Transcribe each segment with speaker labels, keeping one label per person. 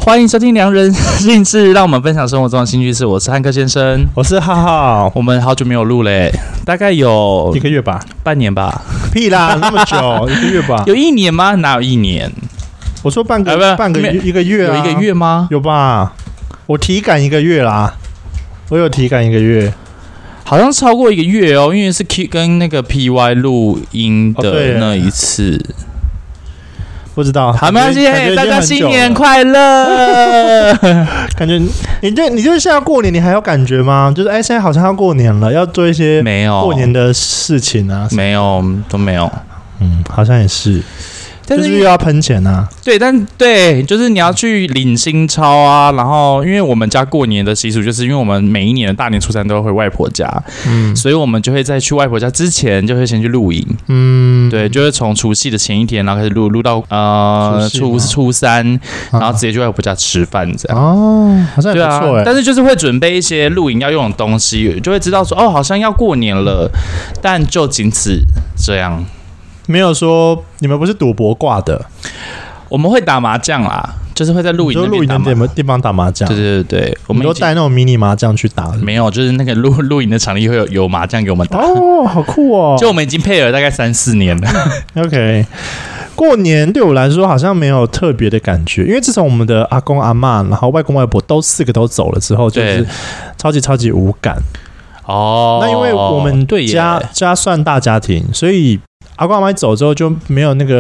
Speaker 1: 欢迎收听良人兴趣，让我们分享生活中的新趣事。我是汉克先生，
Speaker 2: 我是浩浩。
Speaker 1: 我们好久没有录嘞，大概有
Speaker 2: 1个月吧，
Speaker 1: 半年吧？
Speaker 2: 屁啦，那么久，1个月吧？
Speaker 1: 有1年吗？哪有1年？
Speaker 2: 我说半个月，1个月啊？
Speaker 1: 有1个月吗？
Speaker 2: 有吧？我体感1个月啦，我有体感1个月，
Speaker 1: 好像超过1个月哦，因为是 Q 跟那个 PY 录音的那一次。
Speaker 2: 不知道，
Speaker 1: 好，没关系，大家新年快乐！
Speaker 2: 感觉你就是现在过年，你还有感觉吗？就是现在好像要过年了，要做一些过年的事情啊？
Speaker 1: 没有，都没有。
Speaker 2: 好像也是。就是又要喷钱啊！
Speaker 1: 对，就是你要去领新钞啊，然后因为我们家过年的习俗，就是因为我们每一年的大年初3都会回外婆家，所以我们就会在去外婆家之前，就会先去露营，对，就会从除夕的前一天，然后开始录到初3，然后直接去外婆家吃饭这样。
Speaker 2: 哦，好像也不错哎。
Speaker 1: 但是就是会准备一些露营要用的东西，就会知道说好像要过年了，但就仅此这样。
Speaker 2: 没有说你们不是赌博挂的，
Speaker 1: 我们会打麻将啦，就是会在露营那边
Speaker 2: 的地方打麻将。
Speaker 1: 对，
Speaker 2: 我们都带那种迷你麻将去打。
Speaker 1: 没有，就是那个露营的场地会有麻将给我们打。
Speaker 2: 哦，好酷哦！
Speaker 1: 就我们已经配合大概3-4年了。
Speaker 2: OK， 过年对我来说好像没有特别的感觉，因为自从我们的阿公阿嬷，然后外公外婆都4个都走了之后，就是超级无感。
Speaker 1: 哦，
Speaker 2: 那因为我们家算大家庭，所以阿公阿嬷走之后就没有那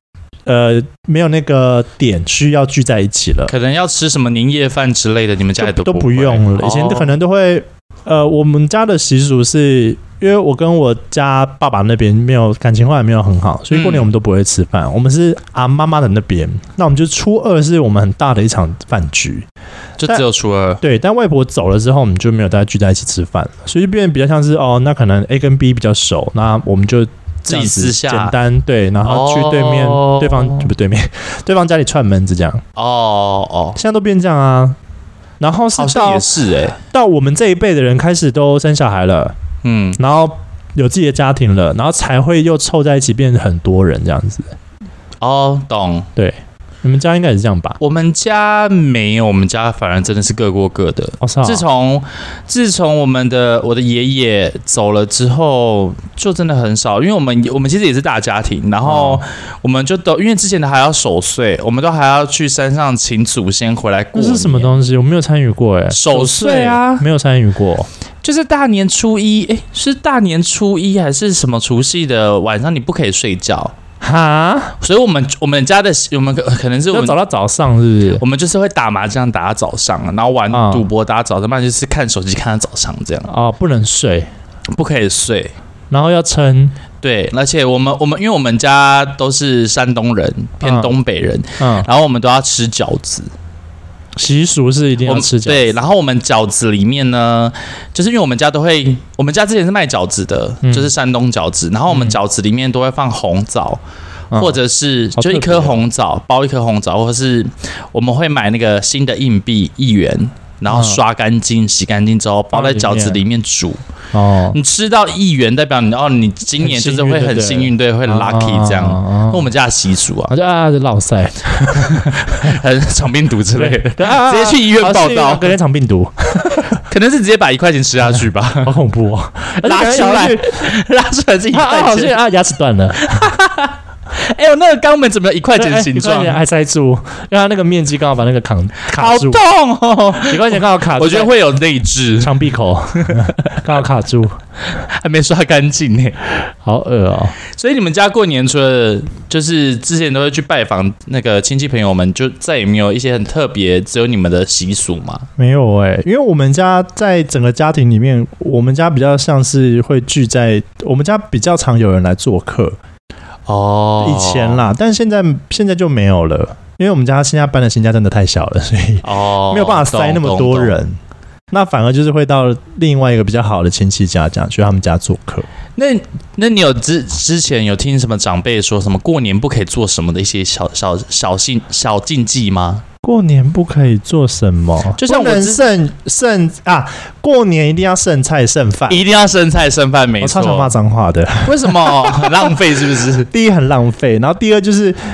Speaker 2: 个点需要聚在一起了。
Speaker 1: 可能要吃什么年夜饭之类的，你们家也都
Speaker 2: 不用了。以前可能都会，我们家的习俗是因为我跟我家爸爸那边没有感情，后来没有很好，所以过年我们都不会吃饭。我们是阿妈妈的那边，那我们就初2是我们很大的一场饭局，
Speaker 1: 就只有初2。
Speaker 2: 对，但外婆走了之后，我们就没有大家聚在一起吃饭了，所以就变得比较像是那可能 A 跟 B 比较熟，那我们就
Speaker 1: 自己私下
Speaker 2: 简单对，然后去对面、对方家里串门子这样。现在都变这样啊。然后
Speaker 1: 好像也是
Speaker 2: 到我们这一辈的人开始都生小孩了，然后有自己的家庭了，然后才会又凑在一起变成很多人这样子。
Speaker 1: 懂。
Speaker 2: 对。你们家应该也是这样吧？
Speaker 1: 我们家没有，我们家反而真的是各过各的。自从我的爷爷走了之后，就真的很少，因为我们其实也是大家庭，然后我们就都因为之前的还要守岁，我们都还要去山上请祖先回来过年。
Speaker 2: 这是什么东西？我没有参与过
Speaker 1: 守岁啊，
Speaker 2: 没有参与过。
Speaker 1: 就是大年初1，是大年初1还是什么除夕的晚上，你不可以睡觉。所以我们家的可能是我们
Speaker 2: 要找到早上，是不是？
Speaker 1: 我们就是会打麻将打到早上，然后玩赌博打到早上，不然就是看手机看到早上这样。
Speaker 2: 不能睡，
Speaker 1: 不可以睡，
Speaker 2: 然后要撑。
Speaker 1: 对，而且我们因为我们家都是山东人，偏东北人，然后我们都要吃饺子。
Speaker 2: 习俗是一定要吃饺子，
Speaker 1: 对。然后我们饺子里面呢，就是因为我们家之前是卖饺子的，就是山东饺子。然后我们饺子里面都会放红枣，或者是就一颗红枣，包一颗红枣，或者是我们会买那个新的硬币1元，然后刷干净、洗干净之后，包在饺子里面煮。你吃到1元，代表你今年就是会很幸运，对，会 lucky 这样。那我们家的习俗啊，
Speaker 2: 就落塞，
Speaker 1: 肠病毒之类的，直接去医院报道，
Speaker 2: 隔天肠病毒，
Speaker 1: 可能是直接把1块钱吃下去吧，
Speaker 2: 好恐怖哦！
Speaker 1: 拉出来是1块钱
Speaker 2: 牙齿断了。
Speaker 1: 我那个肛门怎么有1块钱的形状？
Speaker 2: 还塞住，因为它那个面积刚好把那个卡住，
Speaker 1: 好痛哦
Speaker 2: ！1块钱刚好卡住，
Speaker 1: 我觉得会有内痔，
Speaker 2: 肠闭口刚好卡住，
Speaker 1: 还没刷干净呢，
Speaker 2: 好恶哦！
Speaker 1: 所以你们家过年除了就是之前都会去拜访那个亲戚朋友们，就再也没有一些很特别只有你们的习俗吗？
Speaker 2: 没有因为我们家在整个家庭里面，我们家比较像是会聚在，我们家比较常有人来做客。以前啦，但现在就没有了，因为我们家现在搬的新家真的太小了，所以没有办法塞那么多人。那反而就是会到另外一个比较好的亲戚家，这样去他们家做客。
Speaker 1: 那你有之前有听什么长辈说什么过年不可以做什么的一些小禁忌吗？
Speaker 2: 过年不可以做什么？
Speaker 1: 就像我
Speaker 2: 过年一定要剩菜剩饭，
Speaker 1: 一定要剩菜剩饭，没错。
Speaker 2: 我超想骂脏话的，
Speaker 1: 为什么？很浪费是不是？
Speaker 2: 第一很浪费，然后第二就是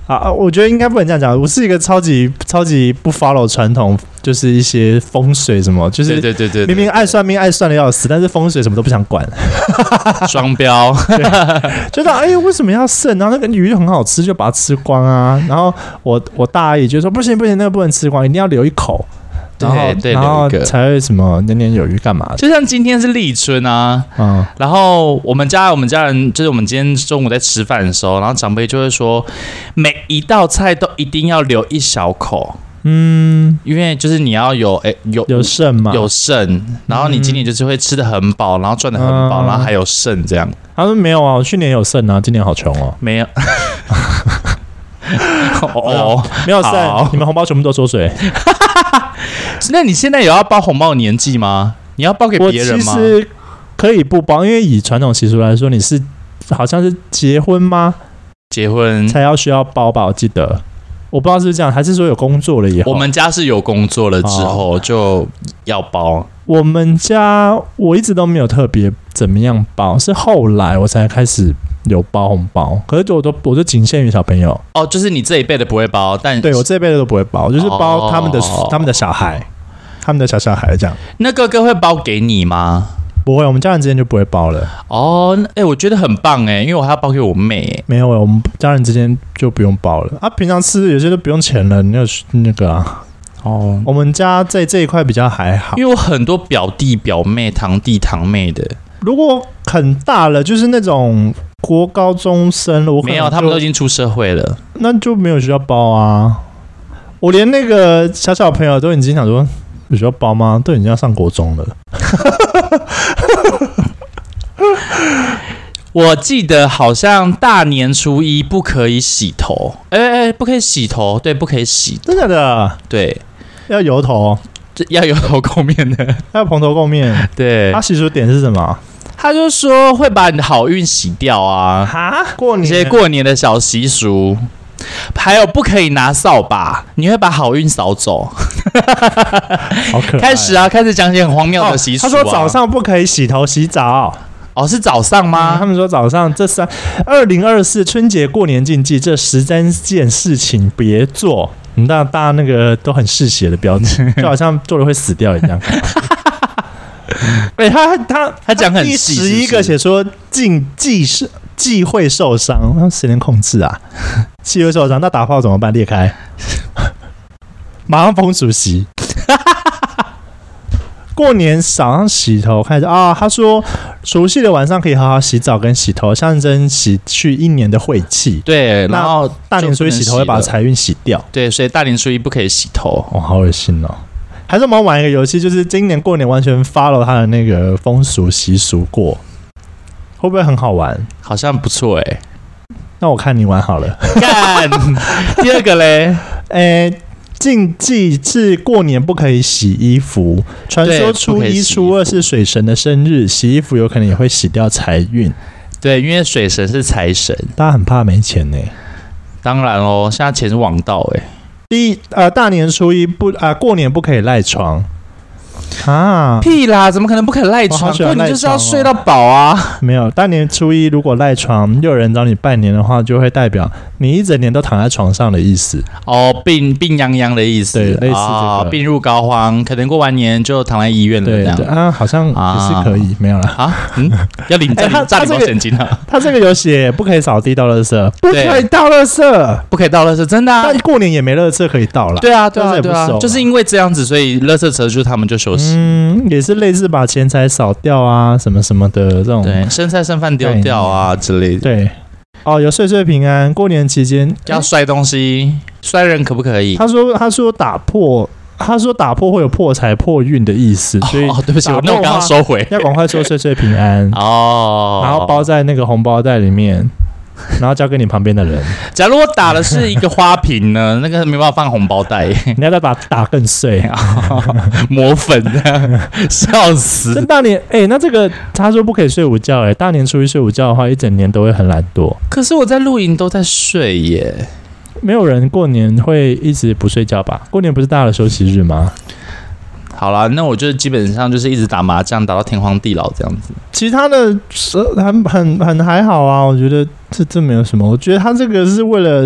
Speaker 2: 我觉得应该不能这样讲。我是一个超级不 follow 传统，就是一些风水什么，就是
Speaker 1: 对，
Speaker 2: 明明爱算命爱算的要死，但是风水什么都不想管，
Speaker 1: 双标。
Speaker 2: 觉得为什么要剩？然后那个鱼很好吃，就把它吃光啊。然后我大阿姨就说不行，那个不能吃光，一定要留一口。然后才会什么年年有余干嘛的？
Speaker 1: 就像今天是立春啊，然后我们家人就是我们今天中午在吃饭的时候，然后长辈就会说，每一道菜都一定要留一小口，因为就是你要有
Speaker 2: 剩嘛，
Speaker 1: 有剩，然后你今年就是会吃得很饱，然后赚得很饱，然后还有剩这样。
Speaker 2: 他说没有啊，我去年有剩啊，今年好穷哦，
Speaker 1: 没有。
Speaker 2: 没有剩，你们红包全部都缩水。
Speaker 1: 那你现在有要包红包的年纪吗？你要包给别人吗？
Speaker 2: 我其实可以不包，因为以传统习俗来说，你是好像是结婚吗？
Speaker 1: 结婚
Speaker 2: 才需要包吧？我记得，我不知道是不是这样，还是说有工作了以后？
Speaker 1: 我们家是有工作了之后就要包。
Speaker 2: 我们家我一直都没有特别怎么样包，是后来我才开始有包红包，可是我就仅限于小朋友。
Speaker 1: 就是你这一辈的不会包，但
Speaker 2: 对我这一辈的都不会包，就是包他们的小孩，他们的小孩这样。
Speaker 1: 那哥哥会包给你吗？
Speaker 2: 不会，我们家人之间就不会包了。
Speaker 1: 我觉得很棒因为我还要包给我妹
Speaker 2: 没有我们家人之间就不用包了平常吃有些都不用钱了，你有那个啊。我们家在这一块比较还好，
Speaker 1: 因为我很多表弟表妹、堂弟堂妹的。
Speaker 2: 如果很大了，就是那种国高中生了，
Speaker 1: 没有，他们都已经出社会了，
Speaker 2: 那就没有需要包啊。我连那个小朋友都已经想说有需要包吗？都已经要上国中了。
Speaker 1: 我记得好像大年初一不可以洗头，不可以洗头，对，不可以洗，
Speaker 2: 真的假的？
Speaker 1: 对，
Speaker 2: 要油头，
Speaker 1: 要油头垢面的，
Speaker 2: 要蓬头垢面。
Speaker 1: 对，
Speaker 2: 他习俗点是什么？
Speaker 1: 他就说会把你的好运洗掉啊，
Speaker 2: 过年
Speaker 1: 一些过年的小习俗，还有不可以拿扫把，你会把好运扫走。
Speaker 2: 好可爱。
Speaker 1: 开始讲些很荒谬的习俗。
Speaker 2: 他说早上不可以洗头洗澡。
Speaker 1: 是早上吗？
Speaker 2: 他们说早上2024春节过年禁忌这13件事情别做。大家那个都很嗜血的标志，就好像做了会死掉一样。他讲很细，第11个写说忌讳受伤，那谁能控制啊？忌讳受伤，那打炮怎么办？裂开，马上封除息。过年早上洗头开始他说除夕的晚上可以好好洗澡跟洗头，象征洗去一年的晦气。
Speaker 1: 对，然后
Speaker 2: 大年初一洗头会把财运洗掉。
Speaker 1: 对，所以大年初一不可以洗头。
Speaker 2: 好恶心哦！还是我们玩一个游戏，就是今年过年完全 follow 他的那个风俗习俗过，会不会很好玩？
Speaker 1: 好像不错
Speaker 2: 那我看你玩好了。
Speaker 1: 干，第二个嘞，
Speaker 2: 禁忌是过年不可以洗衣服，传说初一初二是水神的生日，洗衣服有可能也会洗掉财运。
Speaker 1: 对，因为水神是财神，
Speaker 2: 大家很怕没钱呢。
Speaker 1: 当然现在钱是王道
Speaker 2: 大年初一过年不可以赖床。
Speaker 1: 屁啦，怎么可能不可以赖床？过年就是要睡到饱啊！
Speaker 2: 没有，大年初一如果赖床，又有人找你拜年的话，就会代表你一整年都躺在床上的意思。
Speaker 1: 病殃殃的意思。
Speaker 2: 对，类似这个
Speaker 1: 病入膏肓，可能过完年就躺在医院了。
Speaker 2: 对好像也是可以，没有啦。
Speaker 1: 要领诈领保险金啊！
Speaker 2: 他这个有写不可以扫地倒垃圾，不可以倒垃圾，
Speaker 1: 不可以倒垃圾，真的
Speaker 2: 但过年也没垃圾可以倒了。
Speaker 1: 对啊，就是因为这样子，所以垃圾车就是他们就休息。
Speaker 2: 也是类似把钱财扫掉啊，什么什么的这种。
Speaker 1: 对，剩菜剩饭丢掉啊之类的。
Speaker 2: 对，有岁岁平安。过年期间
Speaker 1: 要摔东西，摔人可不可以？
Speaker 2: 他说打破会有破财破运的意思，所以
Speaker 1: 对不起，那我刚刚收回，
Speaker 2: 要赶快说岁岁平安然后包在那个红包袋里面。然后交给你旁边的人。
Speaker 1: 假如我打的是一个花瓶呢？那个没办法放红包袋，
Speaker 2: 你要再把它打更碎，
Speaker 1: 磨粉的，笑死！
Speaker 2: 这大年那这个他说不可以睡午觉大年初一睡午觉的话，一整年都会很懒惰。
Speaker 1: 可是我在露营都在睡耶，
Speaker 2: 没有人过年会一直不睡觉吧？过年不是大家的休息日吗？
Speaker 1: 好啦，那我就基本上就是一直打麻将，打到天荒地老这样子。
Speaker 2: 其他的很还好啊，我觉得这没有什么。我觉得他这个是为了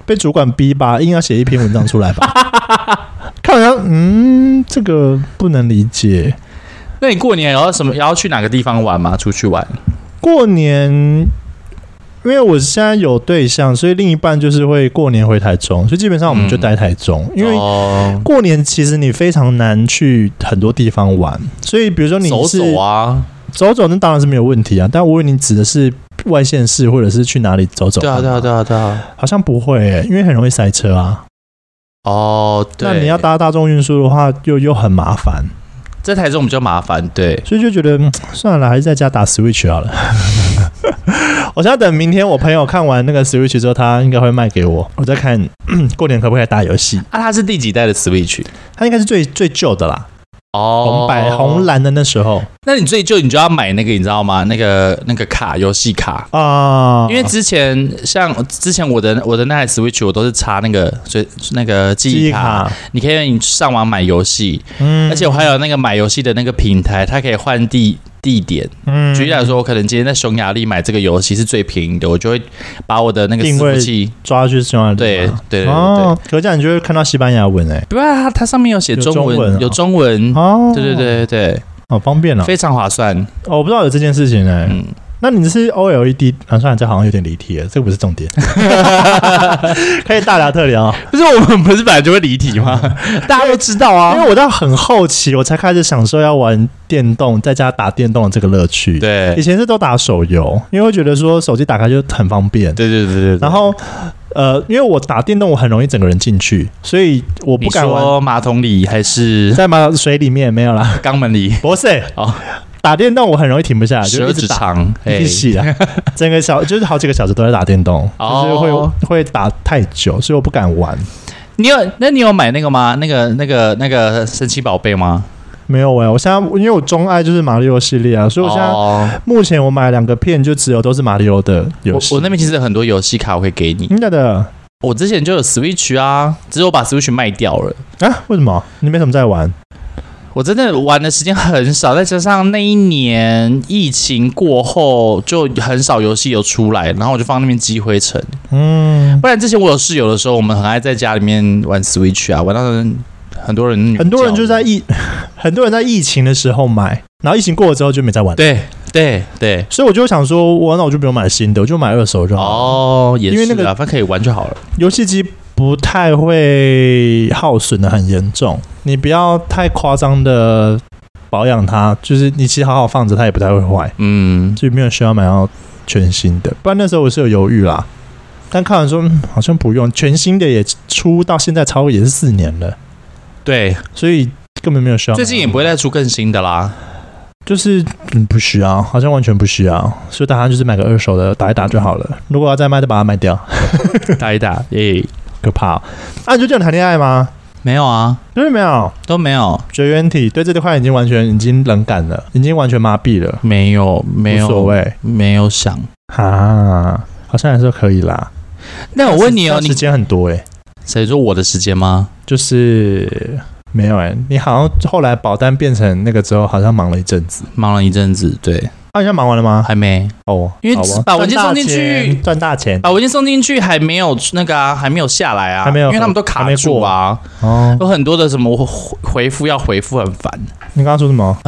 Speaker 2: 被主管逼吧，硬要写一篇文章出来吧。看完这个不能理解。
Speaker 1: 那你过年要去哪个地方玩吗？出去玩？
Speaker 2: 过年，因为我现在有对象，所以另一半就是会过年回台中，所以基本上我们就待台中。因为过年其实你非常难去很多地方玩，所以比如说你是
Speaker 1: 走走啊，
Speaker 2: 走走那当然是没有问题啊。但我以为你指的是外县市或者是去哪里走走。
Speaker 1: 对啊，
Speaker 2: 好像不会因为很容易塞车啊。
Speaker 1: 对，
Speaker 2: 那你要搭大众运输的话，又很麻烦。
Speaker 1: 在台中比较麻烦，对，
Speaker 2: 所以就觉得算了，还是在家打 Switch 好了。我现在等明天我朋友看完那个 Switch 之后，他应该会卖给我。我在看过年可不可以打游戏。
Speaker 1: 他是第几代的 Switch？
Speaker 2: 他应该是最旧的啦。红蓝的那时候。
Speaker 1: 那你最旧你就要买那个你知道吗？那个卡，游戏卡因为之前我的那台 Switch 我都是插那个记忆卡，你可以上网买游戏，而且我还有那个买游戏的那个平台，它可以换地点。举例来说，我可能今天在匈牙利买这个游戏是最便宜的，我就会把我的那个伺服器
Speaker 2: 抓去匈牙利。
Speaker 1: 对。
Speaker 2: 可这样你就会看到西班牙文
Speaker 1: 不然它上面有写中文，有中文。对，
Speaker 2: 好方便
Speaker 1: 非常划算。
Speaker 2: 我不知道有这件事情那你是 OLED 算了，这好像有点离题了，这个不是重点。可以大聊特聊。
Speaker 1: 不是我们不是本来就会离题吗？大家都知道啊。
Speaker 2: 因为我到很后期我才开始享受要玩电动，在家打电动的这个乐趣。
Speaker 1: 对，以
Speaker 2: 前是都打手游，因为会觉得说手机打开就很方便。
Speaker 1: 对。
Speaker 2: 然后因为我打电动我很容易整个人进去，所以我不敢玩。
Speaker 1: 你说马桶里还是
Speaker 2: 在水里面？没有啦，
Speaker 1: 肛门里。
Speaker 2: 不是打电动我很容易停不下来，就一直打一直洗整个就是好几个小时都在打电动，就是会打太久，所以我不敢玩。
Speaker 1: 你有买那个吗？那个神奇宝贝吗？
Speaker 2: 没有我现在因为我钟爱就是马里奥系列啊，所以我现在目前我买2个片就只有都是马里奥的游戏。
Speaker 1: 我那边其实有很多游戏卡我会给你。
Speaker 2: 应该的。
Speaker 1: 我之前就有 Switch 啊，只是我把 Switch 卖掉了
Speaker 2: 为什么？你没什么在玩？
Speaker 1: 我真的玩的时间很少，再加上那一年疫情过后，就很少游戏有出来，然后我就放那边积灰尘。不然之前我有室友的时候，我们很爱在家里面玩 Switch 啊，玩到很多人
Speaker 2: 就在很多人在疫情的时候买，然后疫情过了之后就没再玩。
Speaker 1: 对，所
Speaker 2: 以我就想说，那我就不用买新的，我就买2手就好了。
Speaker 1: 也是，因为那个反正可以玩就好了。
Speaker 2: 游戏机不太会耗损的很严重，你不要太夸张的保养它，就是你其实好好放着它也不太会坏。所以没有需要买到全新的。不然那时候我是有犹豫啦，但看完说好像不用，全新的也出到现在超过也是4年了。
Speaker 1: 对，
Speaker 2: 所以根本没有需要。
Speaker 1: 最近也不会再出更新的啦。
Speaker 2: 就是不需要，好像完全不需要，所以大家就是买个2手的打一打就好了。如果要再卖，就把它卖掉，
Speaker 1: 打一打，
Speaker 2: 可怕。你就这样谈恋爱吗？
Speaker 1: 没有啊，
Speaker 2: 就是没有，
Speaker 1: 都没有。
Speaker 2: 绝缘体对这块已经冷感了，已经完全麻痹了。
Speaker 1: 没有，无所谓，没有想
Speaker 2: 好像还是可以啦。
Speaker 1: 那我问你
Speaker 2: 时间很多
Speaker 1: 谁说我的时间吗？
Speaker 2: 就是没有你好像后来保单变成那个之后，好像忙了一阵子，
Speaker 1: 对。
Speaker 2: 你现在忙完了吗？
Speaker 1: 还没因为把文件送进去
Speaker 2: 赚大钱，
Speaker 1: 把文件送进去还没有那个还没有下来啊，
Speaker 2: 还没有，
Speaker 1: 因为他们都卡住啊。有很多的什么回复要回复很烦。
Speaker 2: 你刚刚说什么？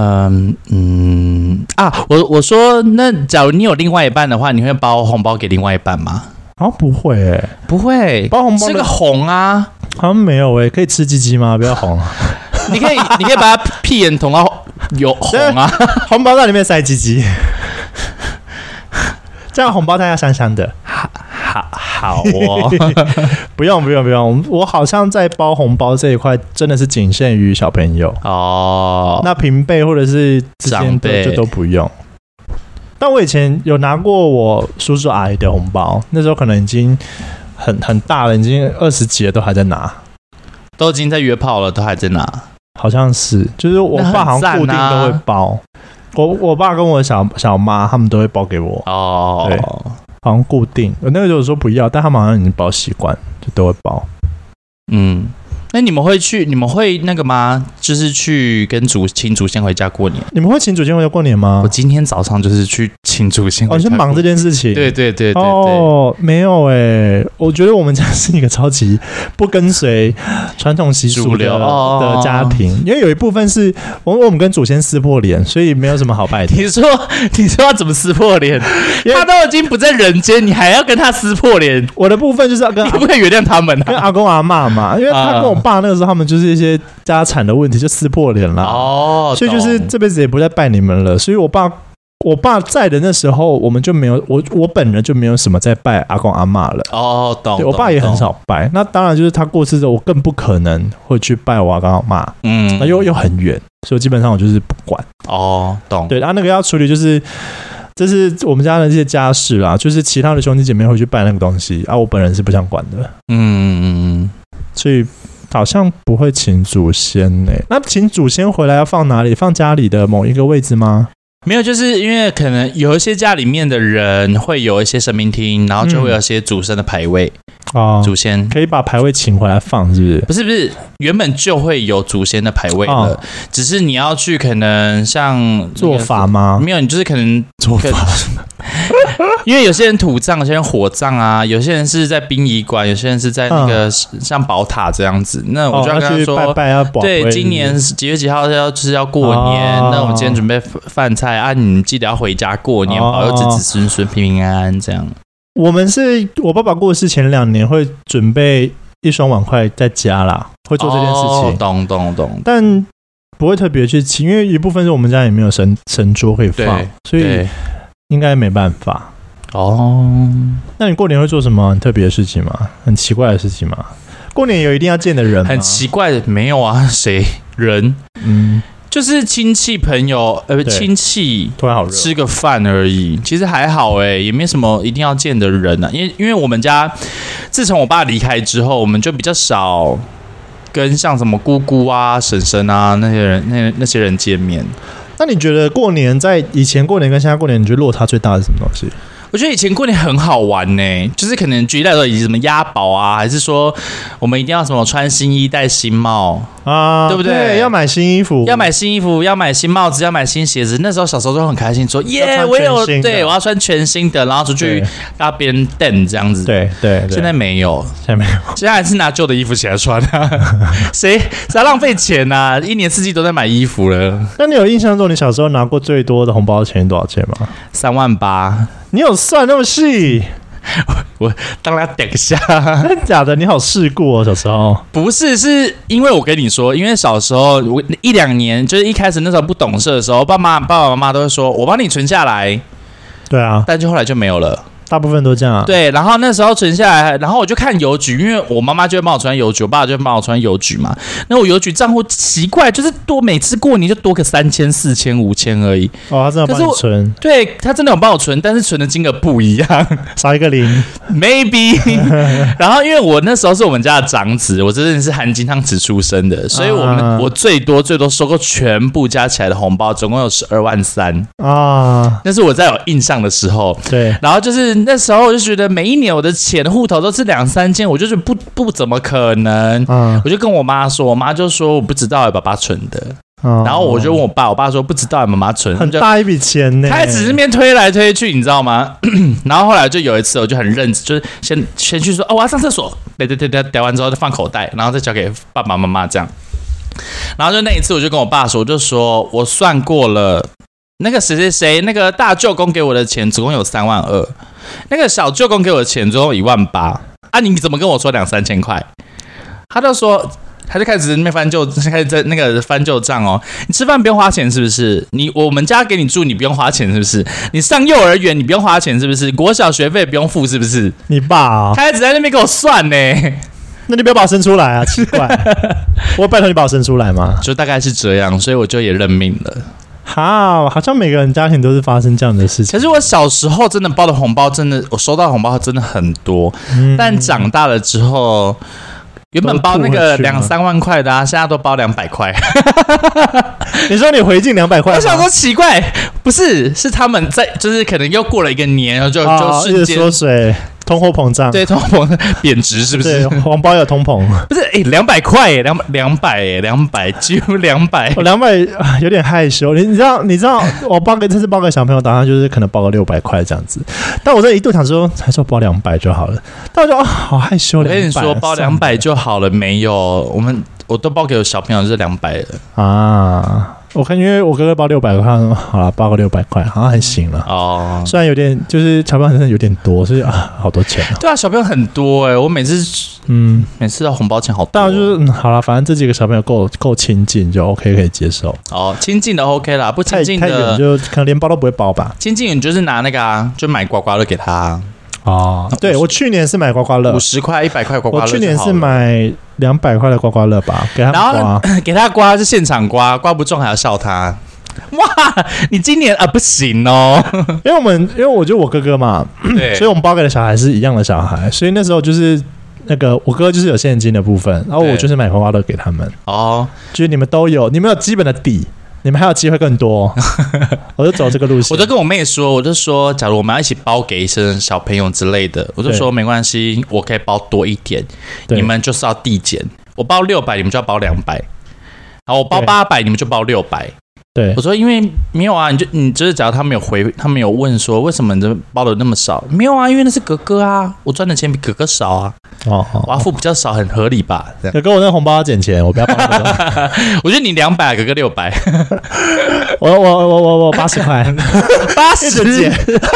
Speaker 1: 我说那假如你有另外一半的话，你会包红包给另外一半吗？
Speaker 2: 好像不会
Speaker 1: 不会
Speaker 2: 包红包
Speaker 1: 是个红啊，
Speaker 2: 好像没有可以吃鸡鸡吗？不要红。
Speaker 1: 你可以把它屁眼捅到有红啊，
Speaker 2: 红包袋里面塞鸡鸡，这样红包袋要香香的。
Speaker 1: 好
Speaker 2: 不用，我好像在包红包这一块真的是仅限于小朋友那平辈或者是长辈就都不用。但我以前有拿过我叔叔阿姨的红包，那时候可能已经很大了，已经20几了，都还在拿，
Speaker 1: 都已经在约炮了，都还在拿。
Speaker 2: 好像是，就是我爸好像固定都会包，我爸跟我小妈他们都会包给我对，好像固定。那个有时候不要，但他们好像已经包习惯，就都会包。
Speaker 1: 那你们会那个吗？就是去跟请祖先回家过年？
Speaker 2: 你们会请祖先回家过年吗？
Speaker 1: 我今天早上就是去请祖先回家过年。
Speaker 2: 去忙这件事情。
Speaker 1: 对。
Speaker 2: 没有我觉得我们家是一个超级不跟随传统习俗的家庭，因为有一部分是我们跟祖先撕破脸，所以没有什么好拜的。
Speaker 1: 你说要怎么撕破脸？他都已经不在人间，你还要跟他撕破脸？
Speaker 2: 我的部分就是要跟，
Speaker 1: 你可不可以原谅他们啊？
Speaker 2: 跟阿公阿嬷嘛，因为他跟我爸那个时候他们就是一些家产的问题，就撕破脸了。所以就是这辈子也不再拜你们了。所以我爸在的那时候，我们就没有我本人就没有什么在拜阿公阿嬷了。
Speaker 1: 懂。
Speaker 2: 我爸也很少拜。那当然就是他过世之后，我更不可能会去拜我阿公阿嬷。那又很远，所以基本上我就是不管。
Speaker 1: 懂。
Speaker 2: 对，那个要处理就是这是我们家的这些家事啦，就是其他的兄弟姐妹会去拜那个东西我本人是不想管的。所以好像不会请祖先那请祖先回来要放哪里？放家里的某一个位置吗？
Speaker 1: 没有，就是因为可能有一些家里面的人会有一些神明厅，然后就会有一些祖先的牌位。祖先
Speaker 2: 可以把牌位请回来放，是不是？
Speaker 1: 不是，原本就会有祖先的牌位了，只是你要去可能像
Speaker 2: 做法吗？
Speaker 1: 没有，你就是可能
Speaker 2: 做法。
Speaker 1: 因为有些人土葬，有些人火葬啊，有些人是在殡仪馆，有些人是在那个像宝塔这样子。那我就要跟他说，对，今年几月几号就是要过年，那我们今天准备饭菜你们记得要回家过年，保佑子子孙孙平平安安这样。
Speaker 2: 我爸爸过世前2年会准备一双碗筷在家啦，会做这件事情。
Speaker 1: 懂。
Speaker 2: 但不会特别去请，因为一部分是我们家也没有神桌可以放，所以应该没办法。那你过年会做什么很特别的事情吗？很奇怪的事情吗？过年有一定要见的人吗？
Speaker 1: 很奇怪的没有啊，谁人？就是亲戚朋友，亲戚
Speaker 2: 突然好热，
Speaker 1: 吃个饭而已，其实还好也没什么一定要见的人啊。因为我们家自从我爸离开之后，我们就比较少跟像什么姑姑啊、婶婶啊那些人见面。
Speaker 2: 那你觉得过年在以前过年跟现在过年，你觉得落差最大的是什么东西？
Speaker 1: 我觉得以前过年很好玩就是可能举例来说，以及什么押宝啊，还是说我们一定要什么穿新衣戴新帽对不对？
Speaker 2: 对，要买新衣服，
Speaker 1: 要买新帽子，要买新鞋子。那时候小时候都很开心，说我要穿全新的，然后出去跟别人瞪这样子。
Speaker 2: 对。
Speaker 1: 现在没有，
Speaker 2: 现
Speaker 1: 在还是拿旧的衣服起来穿谁要浪费钱啊？一年四季都在买衣服了。
Speaker 2: 那你有印象中你小时候拿过最多的红包钱多少钱吗
Speaker 1: ？38000。
Speaker 2: 你有算那么细？
Speaker 1: 我当然要等一下。
Speaker 2: 真的假的？你好世故小时候。
Speaker 1: 不是，是因为我跟你说，因为小时候我1-2年，就是一开始那时候不懂事的时候，爸爸妈妈都会说我帮你存下来。
Speaker 2: 对啊，
Speaker 1: 但就后来就没有了。
Speaker 2: 大部分都这样
Speaker 1: 对，然后那时候存下来，然后我就看邮局，因为我妈妈就会帮我存邮局，我爸就会帮我存邮局嘛。那我邮局账户奇怪，就是每次过年就多个3000、4000、5000而已。
Speaker 2: 他真的帮你存？
Speaker 1: 对，他真的有帮我存，但是存的金额不一样，
Speaker 2: 少一个零
Speaker 1: ，maybe 。然后因为我那时候是我们家的长子，我真的是含金汤匙出生的，所以我最多收过全部加起来的红包，总共有12.3万那是我在有印象的时候。
Speaker 2: 对，
Speaker 1: 然后就是那时候我就觉得每一年我的钱户头都是2-3千，我就觉得不怎么可能。我就跟我妈说，我妈就说我不知道爸爸存的。然后我就问我爸说不知道妈妈存，
Speaker 2: 很大一笔钱呢。
Speaker 1: 他只是那边推来推去，你知道吗？然后后来就有一次，我就很认真，就是先去说我要上厕所，对，聊完之后就放口袋，然后再交给爸爸妈妈这样。然后就那一次，我就跟我爸说，我就说我算过了，那个谁，那个大舅公给我的钱总共有32000，那个小舅公给我的钱总共18000你怎么跟我说2-3千块？他就说。他就开始在那边开始在那个翻旧账你吃饭不用花钱是不是？我们家给你住你不用花钱是不是？你上幼儿园你不用花钱是不是？国小学费不用付是不是？
Speaker 2: 你爸
Speaker 1: 他一直在那边给我算呢。
Speaker 2: 那你不要把我生出来啊！奇怪，我拜托你把我生出来嘛。
Speaker 1: 就大概是这样，所以我就也认命了。
Speaker 2: 好像每个人家庭都是发生这样的事情。
Speaker 1: 可是我小时候真的包的红包，我收到的红包真的很多，但长大了之后。原本包那个2-3万块的现在都包200块。
Speaker 2: 你说你回敬200块？
Speaker 1: 我想说奇怪，不是他们在，就是可能又过了一个年，然后就瞬间
Speaker 2: 缩水。 通货膨胀，
Speaker 1: 对，通货膨胀贬值是不是？
Speaker 2: 对，红包有通膨，
Speaker 1: 不是200块耶，200几乎200，
Speaker 2: 我200有点害羞。你知道，我这次包给小朋友，打算就是可能包个600块这样子。但我这一度想说，还是我包200就好了。但我就好害羞。
Speaker 1: 我跟你说，包200就好了，没有，我都包给我小朋友是200了啊。
Speaker 2: 我看，因为我哥哥包600块，好了，包个600块，好像还行了哦。虽然有点，就是小朋友真的有点多，所以好多钱
Speaker 1: 对啊，小朋友很多我每次的红包钱好多。
Speaker 2: 当然就是好了，反正这几个小朋友够亲近就 OK 可以接受。
Speaker 1: 哦，亲近的 OK 啦，不亲近的
Speaker 2: 太远就可能连包都不会包吧。
Speaker 1: 亲近你就是拿那个就买刮刮乐给他。
Speaker 2: 哦，对，我去年是买刮刮乐
Speaker 1: ，50块、100块刮刮乐。
Speaker 2: 我去年是买200块的刮刮乐吧，给他刮，
Speaker 1: 然后给他刮是现场刮，刮不中还要笑他。哇，你今年不行哦，
Speaker 2: 因为我就我哥哥嘛，所以我们包给的小孩是一样的小孩，所以那时候就是那个我哥就是有现金的部分，然后我就是买刮刮乐给他们。哦，就是你们都有，你们有基本的底。你们还有机会更多，我就走这个路线。
Speaker 1: 我就跟我妹说，我就说，假如我们要一起包给一些小朋友之类的，我就说没关系，我可以包多一点，你们就是要递减。我包600，你们就要包200，然后我包800，你们就包600。对，我说因为没有啊，你就是假如他们有问说为什么你这包的那么少，没有啊，因为那是哥哥啊，我赚的钱比哥哥少啊，我要付比较少，很合理吧？
Speaker 2: 哥哥，我那红包要减钱，我不要包那个。
Speaker 1: 我觉得你200，哥哥600，
Speaker 2: 我80块，80一直减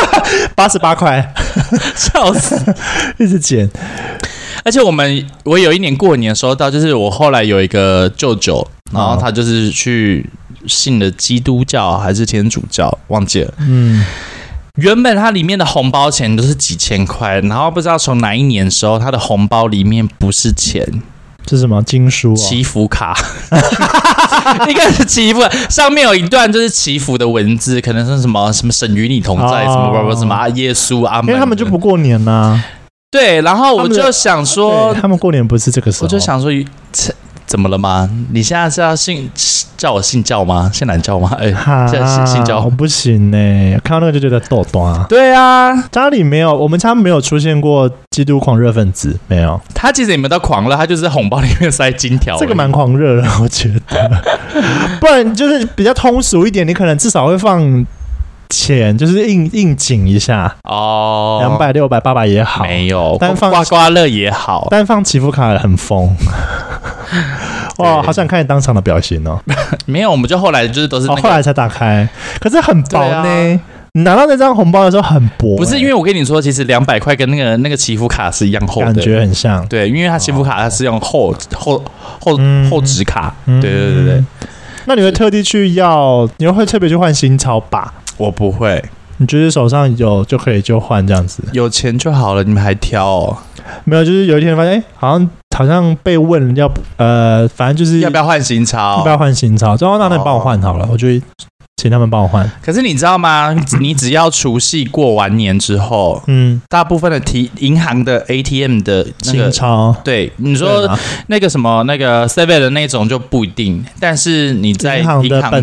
Speaker 2: ，88块，
Speaker 1: 笑死，
Speaker 2: 一直减。
Speaker 1: 而且我有一年过年收到，就是我后来有一个舅舅，然后他就是去信了基督教还是天主教，忘记了。原本它里面的红包钱都是几千块，然后不知道从哪一年的时候，他的红包里面不是钱，
Speaker 2: 是什么经书、
Speaker 1: 祈福卡。应该是祈福，上面有一段就是祈福的文字，可能是什么神与你同在，什么耶稣阿门，
Speaker 2: 因为他们就不过年啊。
Speaker 1: 对，然后我就想说，
Speaker 2: 他们过年不是这个时候，
Speaker 1: 我就想说，怎么了吗？你现在是要叫我信教吗？信哪教吗？现在信教，
Speaker 2: 我不行看到那个就觉得逗短。
Speaker 1: 对啊，
Speaker 2: 家里没有，我们家没有出现过基督狂热分子，没有。
Speaker 1: 他其实也没有到狂热，他就是在红包里面塞金条。
Speaker 2: 这个蛮狂热的，我觉得。不然就是比较通俗一点，你可能至少会放钱，就是应景一下哦，200、600、800也好，
Speaker 1: 没有，
Speaker 2: 单放
Speaker 1: 刮刮乐也好，
Speaker 2: 单放祈福卡很疯。哇，好想看你当场的表情哦！
Speaker 1: 没有，我们就后来就是都是
Speaker 2: 后来才打开，可是很薄呢。你拿到那张红包的时候很薄，
Speaker 1: 不是因为我跟你说，其实200块跟那个祈福卡是一样厚的，
Speaker 2: 感觉很像。
Speaker 1: 对，因为它祈福卡它是用厚纸卡，对。
Speaker 2: 那你会特地去你会特别去换新钞吧？
Speaker 1: 我不会，
Speaker 2: 你觉得手上有就可以就换这样子，
Speaker 1: 有钱就好了，你们还挑哦？
Speaker 2: 没有，就是有一天发现，好像被问要反正就是
Speaker 1: 要不要换新钞，
Speaker 2: 要不要换新钞，之后那你帮我换好了，我就请他们帮我换。
Speaker 1: 可是你知道吗？你只要除夕过完年之后，大部分的银行的 ATM 的那个
Speaker 2: 新钞，
Speaker 1: 对你说那个什么那个 7 的那种就不一定，但是你在银行的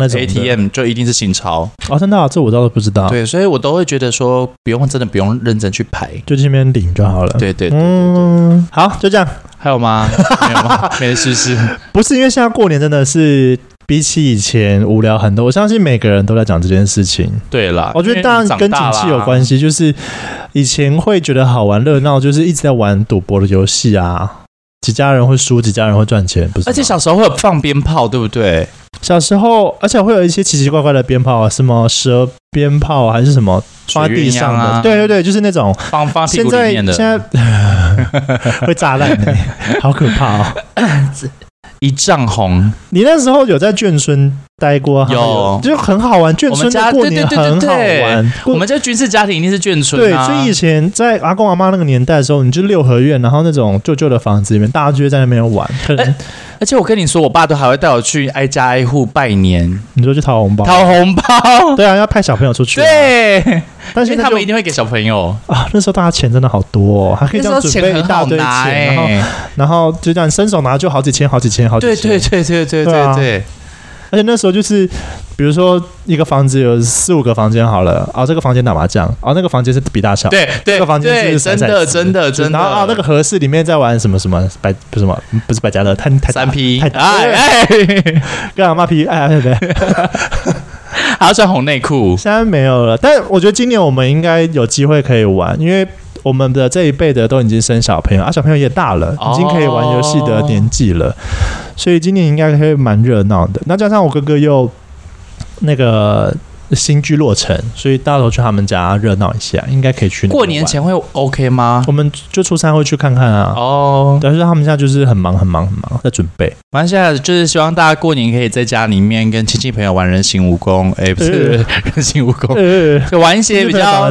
Speaker 1: ATM 就一定是新钞。
Speaker 2: 哦，真的啊，这我倒是不知道。
Speaker 1: 对，所以我都会觉得说真的不用认真去排，
Speaker 2: 就这边领就好了。
Speaker 1: 对，
Speaker 2: 好，就这样。
Speaker 1: 还有吗？没有吗？没事。
Speaker 2: 不是因为现在过年真的是比起以前无聊很多，我相信每个人都在讲这件事情。
Speaker 1: 对啦，
Speaker 2: 我觉得当然跟景气有关系，就是以前会觉得好玩热闹，就是一直在玩赌博的游戏啊，几家人会输，几家人会赚钱，不是？
Speaker 1: 而且小时候会有放鞭炮，对不对？
Speaker 2: 小时候，而且会有一些奇奇怪怪的鞭炮，什么蛇鞭炮还是什么放在地上的，对，就是那种
Speaker 1: 放屁股里面的，
Speaker 2: 现在会炸烂的，好可怕哦！
Speaker 1: 一丈红，
Speaker 2: 你那时候有在眷村待过？
Speaker 1: 有，
Speaker 2: 就很好玩。眷村的过年很好玩。
Speaker 1: 我们这军事家庭一定是眷村
Speaker 2: 对，所以以前在阿公阿妈那个年代的时候，你就6合院，然后那种旧旧的房子里面，大家就会在那边玩。
Speaker 1: 而且我跟你说，我爸都还会带我去挨家挨户拜年。
Speaker 2: 你说去讨红包？
Speaker 1: 讨红包？
Speaker 2: 对啊，要派小朋友出去。
Speaker 1: 对，但是他们一定会给小朋友
Speaker 2: 啊。那时候大家钱真的好多哦，还可以这样准备一大堆钱，然后就这样伸手拿就好几千。对。 而且那时候就是，比如说一个房子有4、5个房间好了，这个房间打麻将，那个房间是比大小，
Speaker 1: 对，
Speaker 2: 这个房间是
Speaker 1: 真的，
Speaker 2: 然后那个合适里面在玩什么不是百家乐，太
Speaker 1: 3P，
Speaker 2: 干嘛骂 P？ 对。
Speaker 1: 还要穿红内裤，
Speaker 2: 现在没有了。但我觉得今年我们应该有机会可以玩，因为我们的这一辈的都已经生小朋友，小朋友也大了，已经可以玩游戏的年纪了，所以今年应该会蛮热闹的。那加上我哥哥又那个新居落成，所以大家都去他们家热闹一下，应该可以去。
Speaker 1: 过年前会 OK 吗？
Speaker 2: 我们就初3会去看看啊。但是他们现在就是很忙在准备。
Speaker 1: 反正现在就是希望大家过年可以在家里面跟亲戚朋友玩人形蜈蚣，不是人形蜈蚣，玩一些比较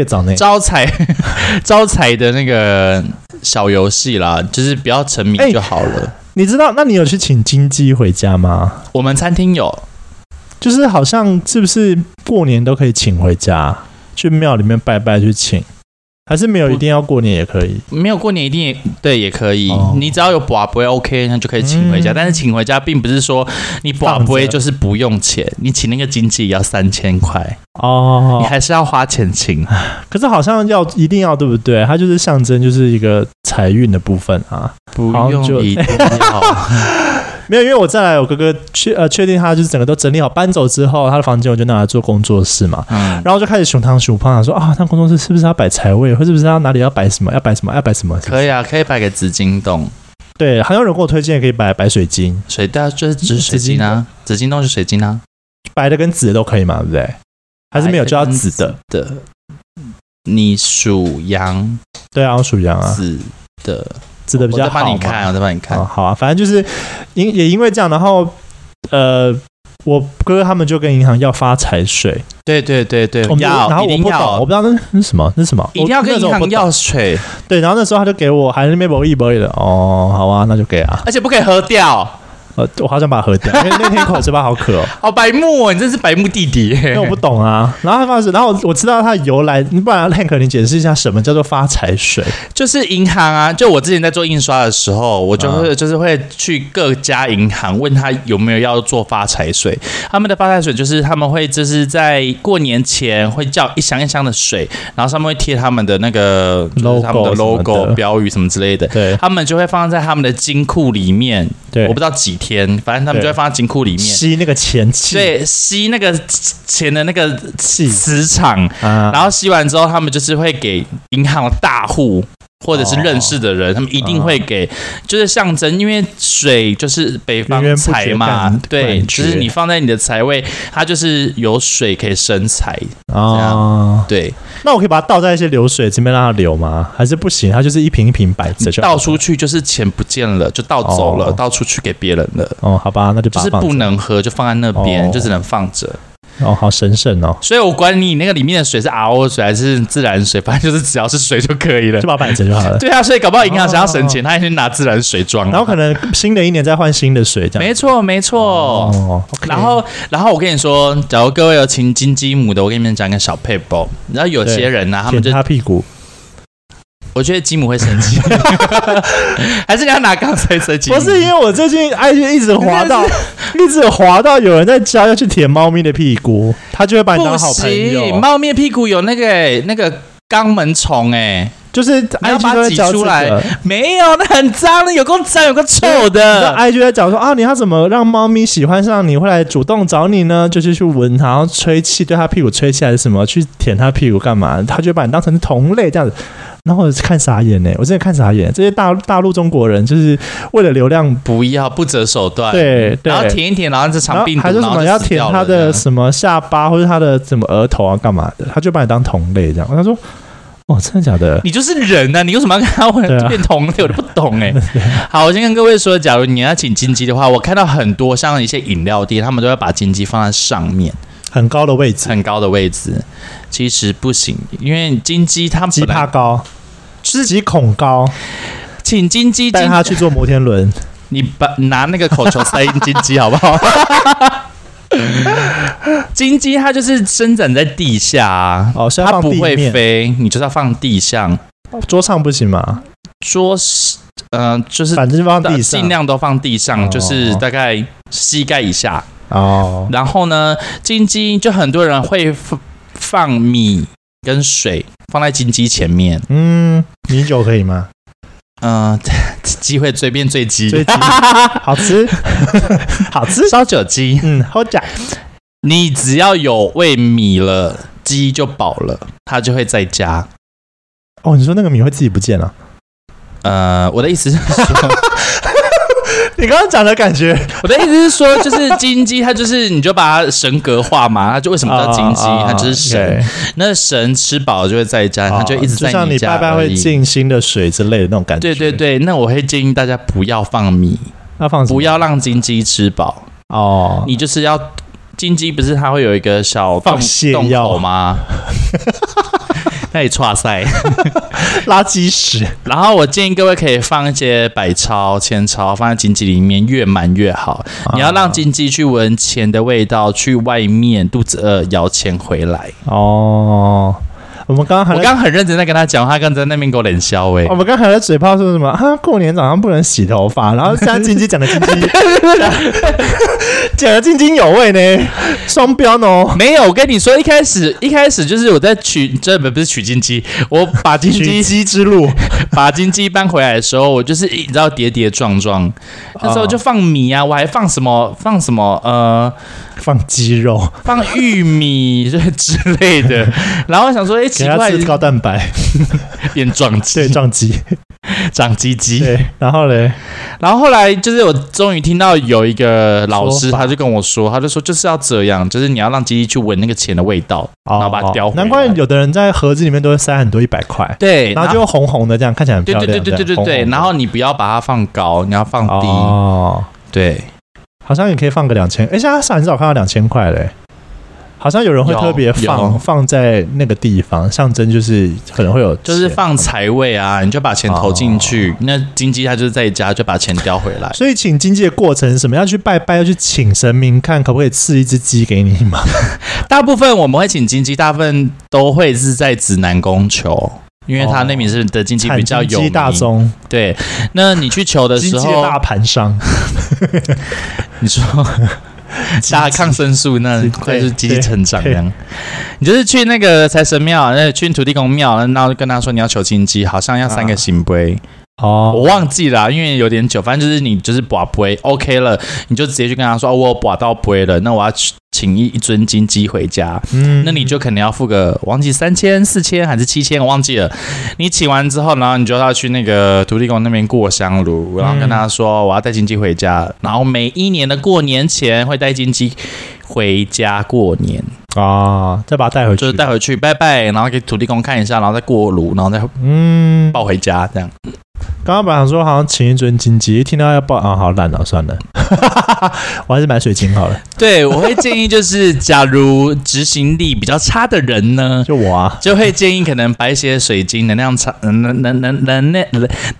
Speaker 1: 招财的那个小游戏啦，就是不要沉迷就好了。
Speaker 2: 你知道？那你有去请金鸡回家吗？
Speaker 1: 我们餐厅有。
Speaker 2: 就是好像是不是过年都可以请回家，去庙里面拜拜去请，还是没有一定要过年也可以？
Speaker 1: 没有过年一定也可以，你只要有拔不会 OK， 那就可以请回家。但是请回家并不是说你拔不会就是不用钱，你请那个经纪也要3000块你还是要花钱请。
Speaker 2: 可是好像一定要对不对？它就是象征就是一个财运的部分啊，
Speaker 1: 不用一定要。
Speaker 2: 没有，因为我再来，我哥哥确定他就是整个都整理好，搬走之后，他的房间我就拿来做工作室嘛。然后就开始熊汤熊胖说那工作室是不是要摆财位，或是不是要哪里要摆什么，要摆什么，要摆什么？
Speaker 1: 可以啊，可以摆个紫金洞。
Speaker 2: 对，还有人给我推荐可以摆水晶，
Speaker 1: 就是只是水晶啊，紫金洞是水晶啊，
Speaker 2: 白的跟紫的都可以嘛，对不对？还是没有就要紫的？
Speaker 1: 你属羊，
Speaker 2: 对啊，我属羊啊，
Speaker 1: 紫的比较好嘛。我再帮你看。
Speaker 2: 好啊，反正就是也因为这样，然后我哥哥他们就跟银行要发财水。
Speaker 1: 对，
Speaker 2: 然后我不懂，我不知道那是什么，
Speaker 1: 一定要跟银行要水。
Speaker 2: 对，然后那时候他就给我，还是那边不一的。好啊，那就给啊，
Speaker 1: 而且不可以喝掉。
Speaker 2: 我好想把它喝掉，因为那天口嘴巴好渴
Speaker 1: 好白目你真是白目弟弟
Speaker 2: 因为我不懂啊。然后他发誓，然后我知道它的由来，不然 Hank 你解释一下什么叫做发财水？
Speaker 1: 就是银行啊，就我之前在做印刷的时候，我就是会去各家银行问他有没有要做发财水。他们的发财水就是他们会就是在过年前会叫一箱一箱的水，然后上面会贴他们的那个 logo 标语什么之类的。
Speaker 2: 对，
Speaker 1: 他们就会放在他们的金库里面。对，我不知道几天，反正他们就会放在金库里面
Speaker 2: 吸那个钱气，
Speaker 1: 对，吸那个钱的那个磁场，然后吸完之后，他们就是会给银行的大户或者是认识的人，他们一定会给，就是象征，因为水就是北方财嘛，对，就是你放在你的财位，它就是有水可以生财对。
Speaker 2: 那我可以把它倒在一些流水这边让它流吗？还是不行？它就是一瓶一瓶摆着就
Speaker 1: 倒出去，就是钱不见了，就倒走了，倒出去给别人了。
Speaker 2: 好吧，那就把它
Speaker 1: 就是不能喝，就放在那边，就只能放着。
Speaker 2: 好神圣哦！
Speaker 1: 所以我管你那个里面的水是 RO 水还是自然水，反正就是只要是水就可以了，
Speaker 2: 就把它摆着就好了。
Speaker 1: 对啊，所以搞不好银行想要省钱，他先拿自然水装，
Speaker 2: 然后可能新的一年再换新的水，这样。
Speaker 1: 没错。然后我跟你说，假如各位有请金鸡母的，我跟你们讲个小撇步。然后有些人呢，他们就
Speaker 2: 舔他屁股。
Speaker 1: 我觉得吉姆会生气，还是你要拿钢锤射击？
Speaker 2: 不是，因为我最近 IG 一直滑到有人在教要去舔猫咪的屁股，他就会把你当好朋友。
Speaker 1: 不行，猫咪的屁股有那个肛门虫
Speaker 2: 就是
Speaker 1: 你要把它挤出来，没有，那很脏，那有够脏，有够臭的。
Speaker 2: IG 在讲说你要怎么让猫咪喜欢上你，会来主动找你呢？就是去闻它，然后吹气，对它屁股吹气还是什么，去舔它屁股干嘛？它就会把你当成同类这样子。然后我看傻眼我真的看傻眼，这些大陆中国人就是为了流量
Speaker 1: 不择手段，
Speaker 2: 对，
Speaker 1: 然后舔一舔，然后这场病毒，
Speaker 2: 还是什么要舔他的什么下巴或者他的什么额头干嘛的，他就把你当同类这样。他说真的假的？
Speaker 1: 你就是人啊，你为什么要跟他变同类？我都不懂好，我先跟各位说，假如你要请金鸡的话，我看到很多像一些饮料店，他们都会把金鸡放在上面。
Speaker 2: 很高的位置，
Speaker 1: 其实不行，因为金鸡它
Speaker 2: 鸡怕高，就是鸡恐高。
Speaker 1: 请金鸡
Speaker 2: 带他去坐摩天轮，
Speaker 1: 你拿那个口球塞进金鸡好不好？金鸡它就是生长在地下它不会飞，你就是要放地上。
Speaker 2: 桌上不行吗？
Speaker 1: 就是
Speaker 2: 反正放地上，
Speaker 1: 尽量都放地上，就是大概膝盖以下。 哦。然后呢，金鸡就很多人会放米跟水放在金鸡前面。
Speaker 2: 米酒可以吗？
Speaker 1: 鸡会最变最鸡，
Speaker 2: 好吃，好吃，
Speaker 1: 烧酒鸡，
Speaker 2: 好假。
Speaker 1: 你只要有喂米了，鸡就饱了，它就会再加。
Speaker 2: 哦，你说那个米会自己不见了？
Speaker 1: 我的意思是说，
Speaker 2: 你刚刚讲的感觉，
Speaker 1: 我的意思是说，就是金鸡，它就是你就把它神格化嘛，它就为什么叫金鸡？它就是神，那神吃饱了就会再加，它就一直在你家而已。就
Speaker 2: 像你拜拜会进新的水之类的那种感觉。
Speaker 1: 对对对，那我会建议大家不要放米，
Speaker 2: 要放什么？
Speaker 1: 不要让金鸡吃饱哦。你就是要金鸡，不是它会有一个小
Speaker 2: 放泻药
Speaker 1: 口吗？那里剉赛
Speaker 2: 拉鸡屎，
Speaker 1: 然后我建议各位可以放一些百钞、千钞放在金鸡里面，越满越好。你要让金鸡去闻钱的味道，去外面肚子饿摇钱回来。哦，我刚刚很认真在跟他讲，他刚在那边给我冷笑我
Speaker 2: 们刚才在嘴炮说什么过年早上不能洗头发，然后现在金鸡讲的金鸡讲的津津有味呢，双标呢？
Speaker 1: 没有，我跟你说，一开始就是我在不是取金鸡，我把金鸡
Speaker 2: 之路
Speaker 1: 把金鸡搬回来的时候，我就是你知道跌跌撞撞，那时候就放米啊，我还放什么
Speaker 2: 放鸡肉、
Speaker 1: 放玉米之类的，然后想说，奇怪，
Speaker 2: 给它吃高蛋白，
Speaker 1: 变撞鸡，
Speaker 2: 对，撞鸡，
Speaker 1: 长鸡鸡。
Speaker 2: 对，然后
Speaker 1: 后来就是我终于听到有一个老师，他就跟我说，就是要这样，就是你要让鸡鸡去闻那个钱的味道，然后把它叼回来。
Speaker 2: 难怪有的人在盒子里面都会塞很多100块，
Speaker 1: 对，
Speaker 2: 然后就红红的这样，看起来很漂亮。
Speaker 1: 对，然后你不要把它放高，你要放低。哦，对。
Speaker 2: 好像也可以放个2000，现在很少看到2000块嘞。好像有人会特别放在那个地方，象征就是可能会有，
Speaker 1: 就是放财位啊，你就把钱投进去，那金鸡它就是在家就把钱叼回来。
Speaker 2: 所以请金鸡的过程是什么？要去拜拜，要去请神明看可不可以赐一只鸡给你吗？
Speaker 1: 大部分我们会请金鸡，大部分都会是在指南宫求。因为他那边是的金鸡比较有名，
Speaker 2: 大宗。
Speaker 1: 对，那你去求的时候，
Speaker 2: 金鸡大盘商，
Speaker 1: 你说打抗生素，那快速积极成长这样。你就是去那个财神庙，去土地公庙，然后跟他说你要求金鸡，好像要3个圣杯。我忘记了因为有点久，反正就是你就是拔杯 OK 了，你就直接去跟他说我拔到杯了，那我要请一尊金鸡回家。那你就可能要付个忘记3000、4000还是7000，我忘记了。你请完之后，然后你就要去那个土地公那边过香炉，然后跟他说我要带金鸡回家，然后每一年的过年前会带金鸡回家过年
Speaker 2: 再把它带回去，
Speaker 1: 就是带回去拜拜，然后给土地公看一下，然后再过炉，然后再抱回家这样。
Speaker 2: 刚刚本来想说好像请一尊金鸡，一听到要抱好烂了，算了，我还是买水晶好了。
Speaker 1: 对，我会建议就是，假如执行力比较差的人呢，
Speaker 2: 就我啊，
Speaker 1: 就会建议可能摆一些水晶能量差、能量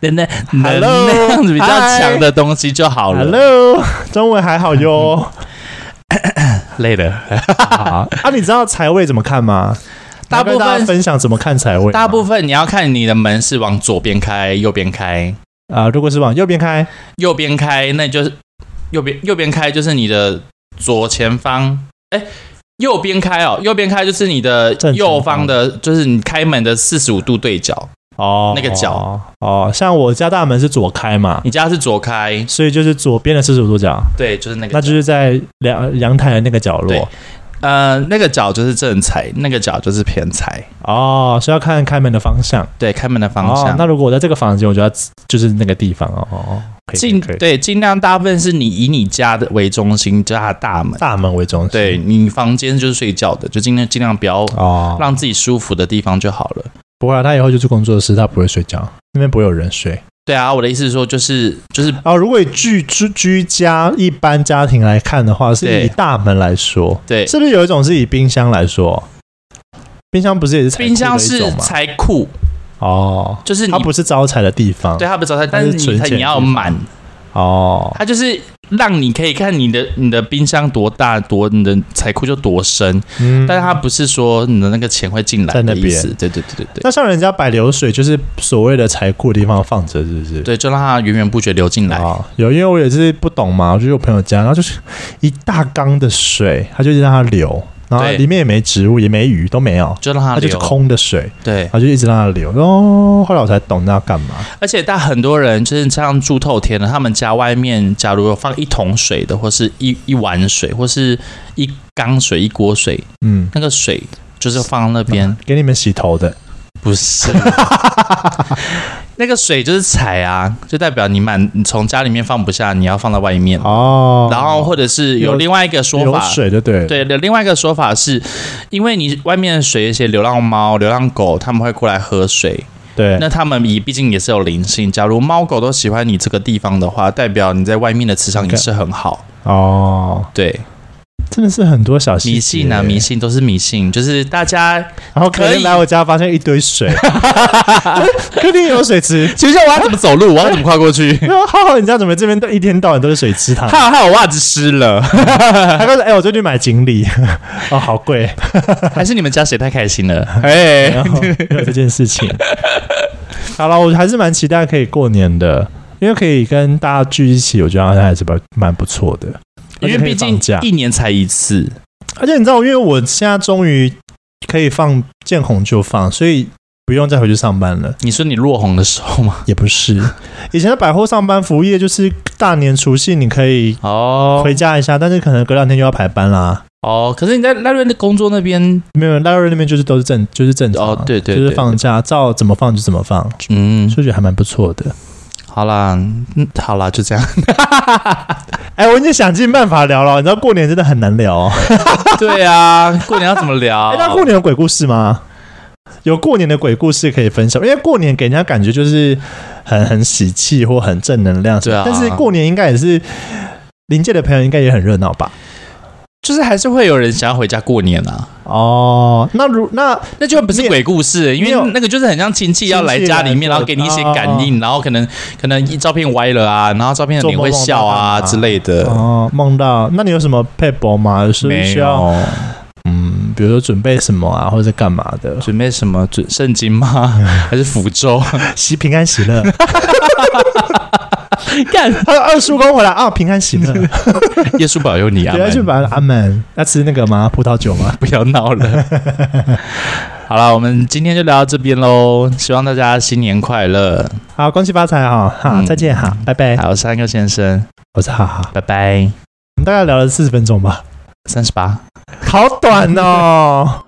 Speaker 1: 比较强的东西就好了。
Speaker 2: Hello， 中文还好哟，
Speaker 1: 累了。
Speaker 2: 你知道财位怎么看吗？大部分大家分享怎么看财位？
Speaker 1: 大部分你要看你的门是往左边开、右边开
Speaker 2: 如果是往右边开，
Speaker 1: 那就是右边开就是你的左前方。右边开就是你的右方的，就是你开门的45度对角那个角
Speaker 2: 像我家大门是左开嘛，
Speaker 1: 你家是左开，
Speaker 2: 所以就是左边的45度角，
Speaker 1: 对，就是那个角，
Speaker 2: 那就是在阳台的那个角落。
Speaker 1: 那个角就是正财，那个角就是偏财
Speaker 2: 所以要看开门的方向。
Speaker 1: 对，开门的方向。
Speaker 2: 那如果我在这个房间，我就要就是那个地方
Speaker 1: 尽量大部分是你以你家的为中心，就它的大门
Speaker 2: 为中心。
Speaker 1: 对，你房间就是睡觉的，就尽量不要让自己舒服的地方就好了。
Speaker 2: 不会他以后就住工作室，他不会睡觉，那边不会有人睡。
Speaker 1: 对啊，我的意思是说，就是
Speaker 2: 如果以居家一般家庭来看的话，是以大门来说，
Speaker 1: 对，
Speaker 2: 是不是有一种是以冰箱来说？冰箱不是也是财库的一种吗？
Speaker 1: 冰箱是财库
Speaker 2: 就是它不是招财的地方，
Speaker 1: 对，它不是招财，但是你要满
Speaker 2: 哦，
Speaker 1: 它就是让你可以看你的冰箱多大，你的财库就多深，但是它不是说你的那个钱会进来的意思。对。
Speaker 2: 那像人家摆流水，就是所谓的财库的地方放着，是不是？
Speaker 1: 对，就让它源源不绝流进来。
Speaker 2: 有，因为我也是不懂嘛，我就去我朋友家，然后就是一大缸的水，他就让它流。然后里面也没植物，也没鱼，都没有，
Speaker 1: 就让它流，
Speaker 2: 它就是空的水。
Speaker 1: 对，
Speaker 2: 然后就一直让它流。后来我才懂那要干嘛。
Speaker 1: 而且，但很多人就是这样住透天的，他们家外面假如有放一桶水的，或是一碗水，或是一缸水、一锅水，那个水就是放在那边
Speaker 2: 给你们洗头的，
Speaker 1: 不是。那个水就是财啊，就代表你从家里面放不下，你要放在外面哦。然后或者是有另外一个说法，
Speaker 2: 有水就对了。
Speaker 1: 对，另外一个说法是，因为你外面的水，一些流浪猫、流浪狗，他们会过来喝水。
Speaker 2: 对，
Speaker 1: 那他们毕竟也是有灵性。假如猫狗都喜欢你这个地方的话，代表你在外面的磁场也是很好哦。对。
Speaker 2: 真的是很多小细节，
Speaker 1: 迷信啊，迷信都是迷信，就是大家
Speaker 2: 然后可以来我家发现一堆水，客厅有水池，
Speaker 1: 请问我要怎么走路？我要怎么跨过去？
Speaker 2: 好，你家怎么这边一天到晚都是水池塘？
Speaker 1: 害我袜子湿了。
Speaker 2: 他说：“我最近买锦鲤，好贵。”
Speaker 1: 还是你们家谁太开心了？
Speaker 2: 然后没有这件事情。好了，我还是蛮期待可以过年的，因为可以跟大家聚一起，我觉得还是蛮不错的。
Speaker 1: 因为毕竟一年才一次，
Speaker 2: 而且你知道，因为我现在终于可以见红就放，所以不用再回去上班了。
Speaker 1: 你说你落红的时候吗？
Speaker 2: 也不是，以前在百货上班，服务业就是大年除夕你可以回家一下，但是可能隔2天就要排班啦。
Speaker 1: 可是你在赖瑞的工作那边
Speaker 2: 没有，赖瑞那边都是正常。
Speaker 1: 对，
Speaker 2: 就是放假照怎么放就怎么放，所以觉得还蛮不错的。
Speaker 1: 好啦，就这样。
Speaker 2: 我已经想尽办法聊了，你知道过年真的很难聊哦。
Speaker 1: 对啊，过年要怎么聊？
Speaker 2: 那过年有鬼故事吗？有过年的鬼故事可以分享，因为过年给人家感觉就是很喜气或很正能量。对啊，但是过年应该也是邻界的朋友应该也很热闹吧？
Speaker 1: 就是还是会有人想要回家过年啊。
Speaker 2: 那
Speaker 1: 就不是鬼故事，因为那个就是很像亲戚要来家里面，然后给你一些感应，然后可能照片歪了啊，然后照片的脸会笑啊之类的。
Speaker 2: 梦到，那你有什么配博吗？是需要比如说准备什么啊，或者干嘛的？
Speaker 1: 准备什么？圣经吗？还是符咒？
Speaker 2: 平安喜乐。干，他说二叔公回来啊，平安喜乐，
Speaker 1: 耶稣保佑你啊！
Speaker 2: 对，要去把阿门。要吃那个吗？葡萄酒吗？
Speaker 1: 不要闹了。好了，我们今天就聊到这边喽，希望大家新年快乐，
Speaker 2: 好，恭喜发财哈！好，再见哈，拜拜。
Speaker 1: 好，我是安哥先生，
Speaker 2: 我是哈哈，
Speaker 1: 拜拜。
Speaker 2: 我们大概聊了40分钟吧，
Speaker 1: 38，
Speaker 2: 好短哦。